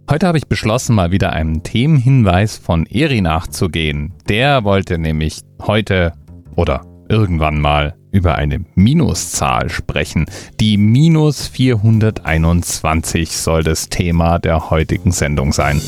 Heute habe ich beschlossen, mal wieder einem Themenhinweis von Eri nachzugehen. Der wollte nämlich heute oder irgendwann mal über eine Minuszahl sprechen. Die minus 421 soll das Thema der heutigen Sendung sein.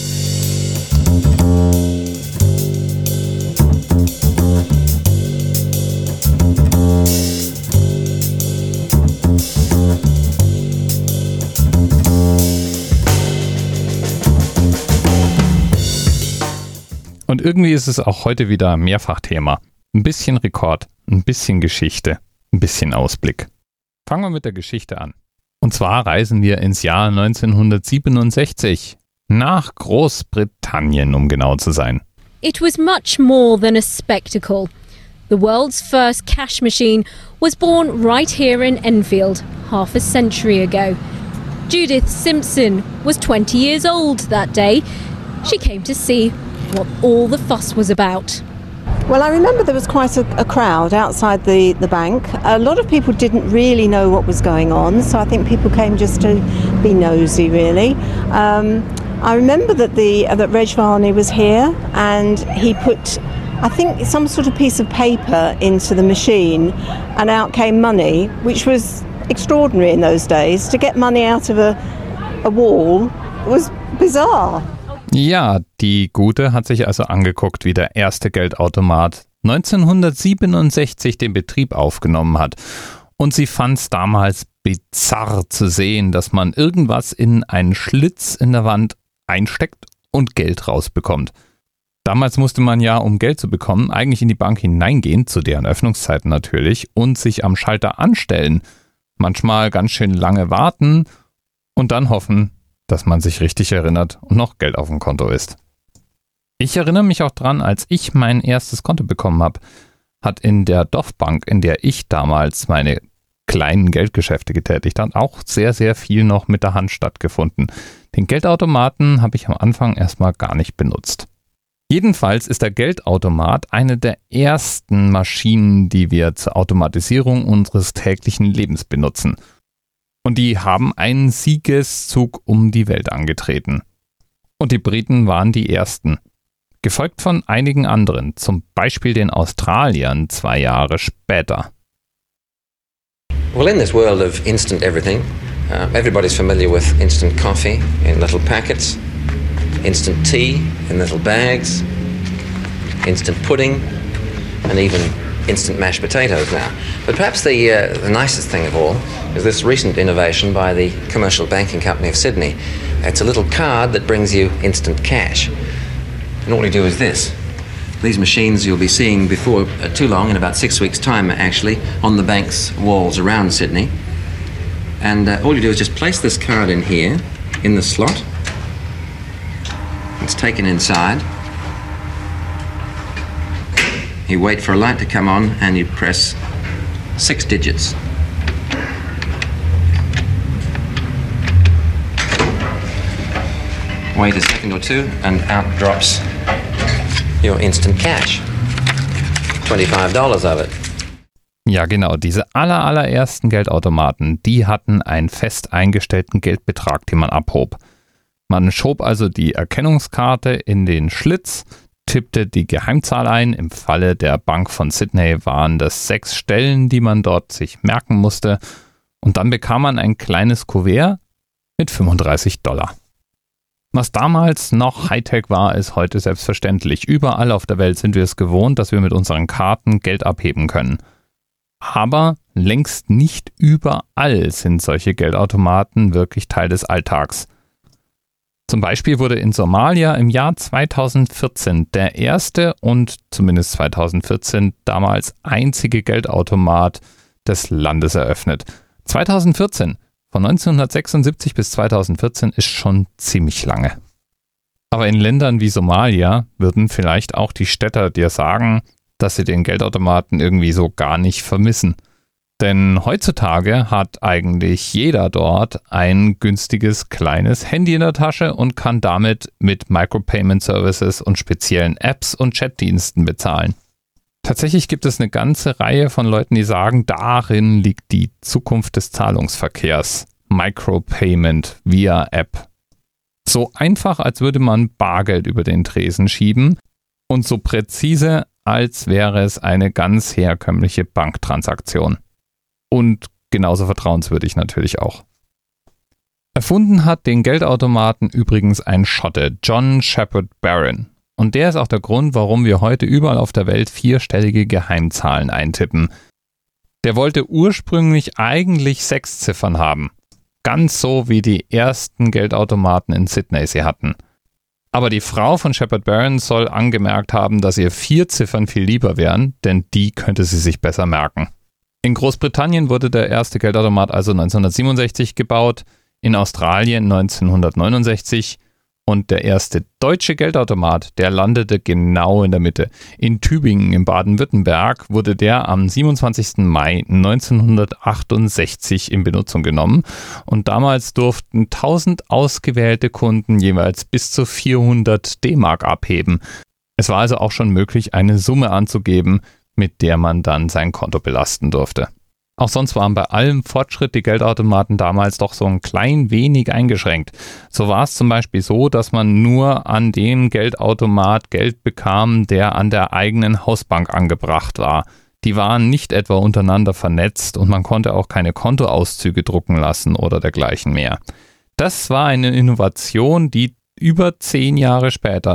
Und irgendwie ist es auch heute wieder Mehrfachthema. Ein bisschen Rekord, ein bisschen Geschichte, ein bisschen Ausblick. Fangen wir mit der Geschichte an. Und zwar reisen wir ins Jahr 1967 nach Großbritannien, um genau zu sein. It was much more than a spectacle. The world's first cash machine was born right here in Enfield, half a century ago. Judith Simpson was 20 years old that day. She came to see what all the fuss was about. Well, I remember there was quite a crowd outside the bank. A lot of people didn't really know what was going on, so I think people came just to be nosy, really. I remember that Reg Varney was here, and he put, I think, some sort of piece of paper into the machine, and out came money, which was extraordinary in those days. To get money out of a wall was bizarre. Ja, die Gute hat sich also angeguckt, wie der erste Geldautomat 1967 den Betrieb aufgenommen hat. Und sie fand es damals bizarr zu sehen, dass man irgendwas in einen Schlitz in der Wand einsteckt und Geld rausbekommt. Damals musste man ja, um Geld zu bekommen, eigentlich in die Bank hineingehen, zu deren Öffnungszeiten natürlich, und sich am Schalter anstellen. Manchmal ganz schön lange warten und dann hoffen, dass man sich richtig erinnert und noch Geld auf dem Konto ist. Ich erinnere mich auch dran, als ich mein erstes Konto bekommen habe, hat in der Dorfbank, in der ich damals meine kleinen Geldgeschäfte getätigt habe, auch sehr, sehr viel noch mit der Hand stattgefunden. Den Geldautomaten habe ich am Anfang erstmal gar nicht benutzt. Jedenfalls ist der Geldautomat eine der ersten Maschinen, die wir zur Automatisierung unseres täglichen Lebens benutzen. Und die haben einen Siegeszug um die Welt angetreten. Und die Briten waren die ersten. Gefolgt von einigen anderen, zum Beispiel den Australiern 2 Jahre später. Well, in this world of instant everything, everybody's familiar with instant coffee in little packets, instant tea in little bags, instant pudding, and even instant mashed potatoes now. But perhaps the nicest thing of all is this recent innovation by the Commercial Banking Company of Sydney. It's a little card that brings you instant cash. And all you do is this. These machines you'll be seeing before too long, in about 6 weeks' time actually, on the bank's walls around Sydney. And all you do is just place this card in here, in the slot. It's taken inside. You wait for a light to come on and you press 6 digits. Wait a second or two and out drops your instant cash. $25 of it. Ja genau, diese allerersten Geldautomaten, die hatten einen fest eingestellten Geldbetrag, den man abhob. Man schob also die Erkennungskarte in den Schlitz, tippte die Geheimzahl ein. Im Falle der Bank von Sydney waren das 6 Stellen, die man dort sich merken musste. Und dann bekam man ein kleines Kuvert mit $35. Was damals noch Hightech war, ist heute selbstverständlich. Überall auf der Welt sind wir es gewohnt, dass wir mit unseren Karten Geld abheben können. Aber längst nicht überall sind solche Geldautomaten wirklich Teil des Alltags. Zum Beispiel wurde in Somalia im Jahr 2014 der erste und zumindest 2014 damals einzige Geldautomat des Landes eröffnet. 2014, von 1976 bis 2014 ist schon ziemlich lange. Aber in Ländern wie Somalia würden vielleicht auch die Städter dir sagen, dass sie den Geldautomaten irgendwie so gar nicht vermissen. Denn heutzutage hat eigentlich jeder dort ein günstiges kleines Handy in der Tasche und kann damit mit Micropayment Services und speziellen Apps und Chatdiensten bezahlen. Tatsächlich gibt es eine ganze Reihe von Leuten, die sagen, darin liegt die Zukunft des Zahlungsverkehrs. Micropayment via App. So einfach, als würde man Bargeld über den Tresen schieben und so präzise, als wäre es eine ganz herkömmliche Banktransaktion. Und genauso vertrauenswürdig natürlich auch. Erfunden hat den Geldautomaten übrigens ein Schotte, John Shepard Barron. Und der ist auch der Grund, warum wir heute überall auf der Welt 4-stellige Geheimzahlen eintippen. Der wollte ursprünglich eigentlich 6 Ziffern haben. Ganz so wie die ersten Geldautomaten in Sydney sie hatten. Aber die Frau von Shepard Barron soll angemerkt haben, dass ihr 4 Ziffern viel lieber wären, denn die könnte sie sich besser merken. In Großbritannien wurde der erste Geldautomat also 1967 gebaut, in Australien 1969 und der erste deutsche Geldautomat, der landete genau in der Mitte. In Tübingen in Baden-Württemberg wurde der am 27. Mai 1968 in Benutzung genommen und damals durften 1000 ausgewählte Kunden jeweils bis zu 400 D-Mark abheben. Es war also auch schon möglich, eine Summe anzugeben, mit der man dann sein Konto belasten durfte. Auch sonst waren bei allem Fortschritt die Geldautomaten damals doch so ein klein wenig eingeschränkt. So war es zum Beispiel so, dass man nur an dem Geldautomat Geld bekam, der an der eigenen Hausbank angebracht war. Die waren nicht etwa untereinander vernetzt und man konnte auch keine Kontoauszüge drucken lassen oder dergleichen mehr. Das war eine Innovation, die über 10 Jahre später,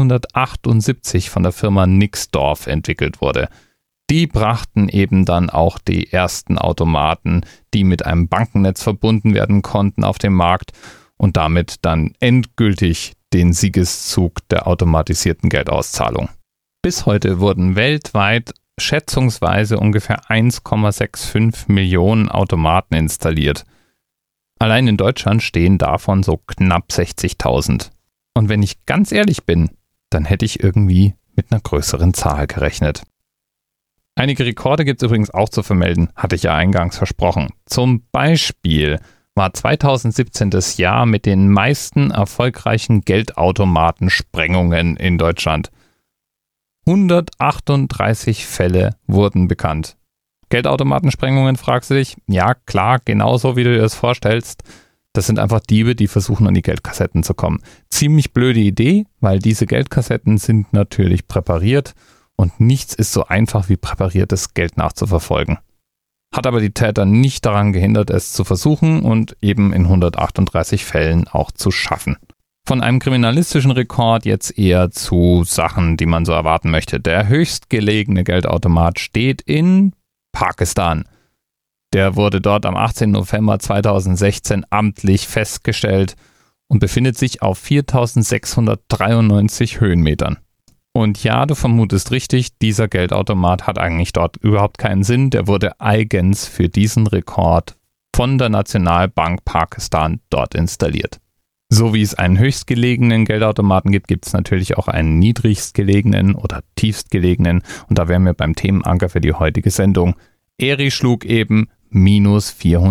1978, von der Firma Nixdorf entwickelt wurde. Die brachten eben dann auch die ersten Automaten, die mit einem Bankennetz verbunden werden konnten, auf den Markt und damit dann endgültig den Siegeszug der automatisierten Geldauszahlung. Bis heute wurden weltweit schätzungsweise ungefähr 1,65 Millionen Automaten installiert. Allein in Deutschland stehen davon so knapp 60.000. Und wenn ich ganz ehrlich bin, dann hätte ich irgendwie mit einer größeren Zahl gerechnet. Einige Rekorde gibt es übrigens auch zu vermelden, hatte ich ja eingangs versprochen. Zum Beispiel war 2017 das Jahr mit den meisten erfolgreichen Geldautomatensprengungen in Deutschland. 138 Fälle wurden bekannt. Geldautomatensprengungen, fragst du dich? Ja, klar, genauso wie du dir das vorstellst. Das sind einfach Diebe, die versuchen, an die Geldkassetten zu kommen. Ziemlich blöde Idee, weil diese Geldkassetten sind natürlich präpariert und nichts ist so einfach wie präpariertes Geld nachzuverfolgen. Hat aber die Täter nicht daran gehindert, es zu versuchen und eben in 138 Fällen auch zu schaffen. Von einem kriminalistischen Rekord jetzt eher zu Sachen, die man so erwarten möchte. Der höchstgelegene Geldautomat steht in Pakistan. Der wurde dort am 18. November 2016 amtlich festgestellt und befindet sich auf 4.693 Höhenmetern. Und ja, du vermutest richtig, dieser Geldautomat hat eigentlich dort überhaupt keinen Sinn. Der wurde eigens für diesen Rekord von der Nationalbank Pakistan dort installiert. So wie es einen höchstgelegenen Geldautomaten gibt, gibt es natürlich auch einen niedrigstgelegenen oder tiefstgelegenen. Und da wären wir beim Themenanker für die heutige Sendung. Eri schlug eben minus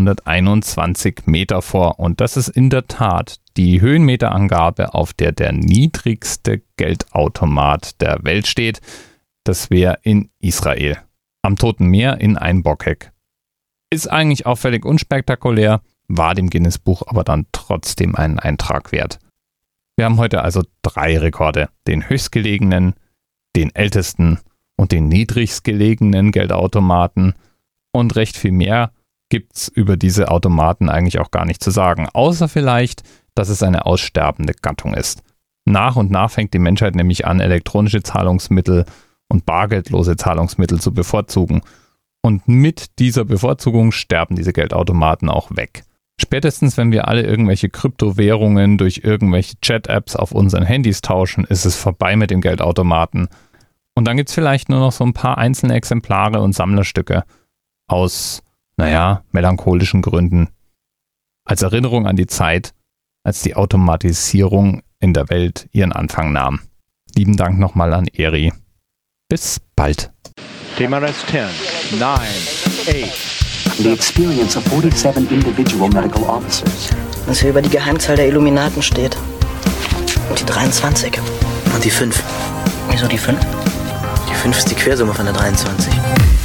421 Meter vor. Und das ist in der Tat die Höhenmeterangabe, auf der der niedrigste Geldautomat der Welt steht. Das wäre in Israel, am Toten Meer in Einbockeck. Ist eigentlich auch völlig unspektakulär, war dem Guinness-Buch aber dann trotzdem einen Eintrag wert. Wir haben heute also 3 Rekorde, den höchstgelegenen, den ältesten und den niedrigstgelegenen Geldautomaten. Und recht viel mehr gibt's über diese Automaten eigentlich auch gar nicht zu sagen, außer vielleicht, dass es eine aussterbende Gattung ist. Nach und nach fängt die Menschheit nämlich an, elektronische Zahlungsmittel und bargeldlose Zahlungsmittel zu bevorzugen. Und mit dieser Bevorzugung sterben diese Geldautomaten auch weg. Spätestens, wenn wir alle irgendwelche Kryptowährungen durch irgendwelche Chat-Apps auf unseren Handys tauschen, ist es vorbei mit dem Geldautomaten. Und dann gibt's vielleicht nur noch so ein paar einzelne Exemplare und Sammlerstücke aus, melancholischen Gründen. Als Erinnerung an die Zeit, als die Automatisierung in der Welt ihren Anfang nahm. Lieben Dank nochmal an Eri. Bis bald. TMRS 10, 9, 8. The experience of 47 individual medical officers. Was hier über die Geheimzahl der Illuminaten steht. Und die 23. Und die 5. Wieso die 5? Die 5 ist die Quersumme von der 23.